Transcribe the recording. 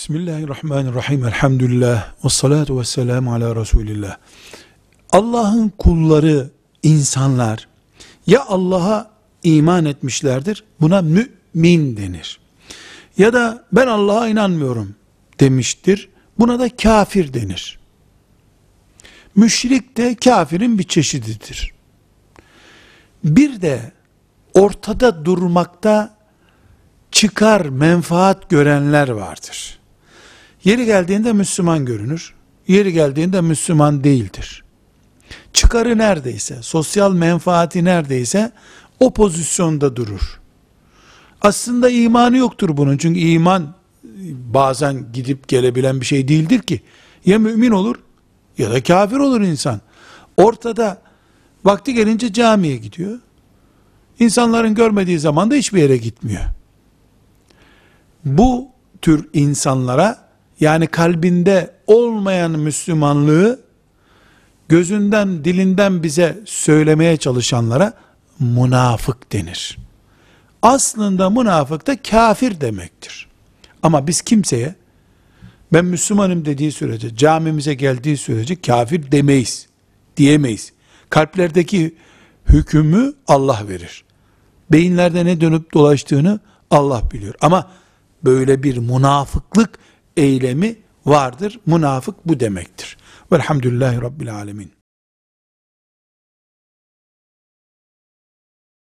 Bismillahirrahmanirrahim. Elhamdülillah. Ve salatu ve selamu ala Resulillah. Allah'ın kulları, insanlar ya Allah'a iman etmişlerdir, buna mümin denir. Ya da ben Allah'a inanmıyorum demiştir, buna da kafir denir. Müşrik de kafirin bir çeşididir. Bir de ortada durmakta çıkar, menfaat görenler vardır. Yeri geldiğinde Müslüman görünür, yeri geldiğinde Müslüman değildir. Çıkarı neredeyse, sosyal menfaati neredeyse o pozisyonda durur. Aslında imanı yoktur bunun, çünkü iman bazen gidip gelebilen bir şey değildir ki. Ya mümin olur ya da kafir olur insan. Ortada vakti gelince camiye gidiyor. İnsanların görmediği zaman da hiçbir yere gitmiyor. Bu tür insanlara, yani kalbinde olmayan Müslümanlığı gözünden, dilinden bize söylemeye çalışanlara münafık denir. Aslında münafık da kafir demektir. Ama biz kimseye ben Müslümanım dediği sürece, camimize geldiği sürece kafir demeyiz, diyemeyiz. Kalplerdeki hükmü Allah verir. Beyinlerde ne dönüp dolaştığını Allah biliyor. Ama böyle bir münafıklık eylemi vardır. Münafık bu demektir. Velhamdülillahi Rabbil Alemin.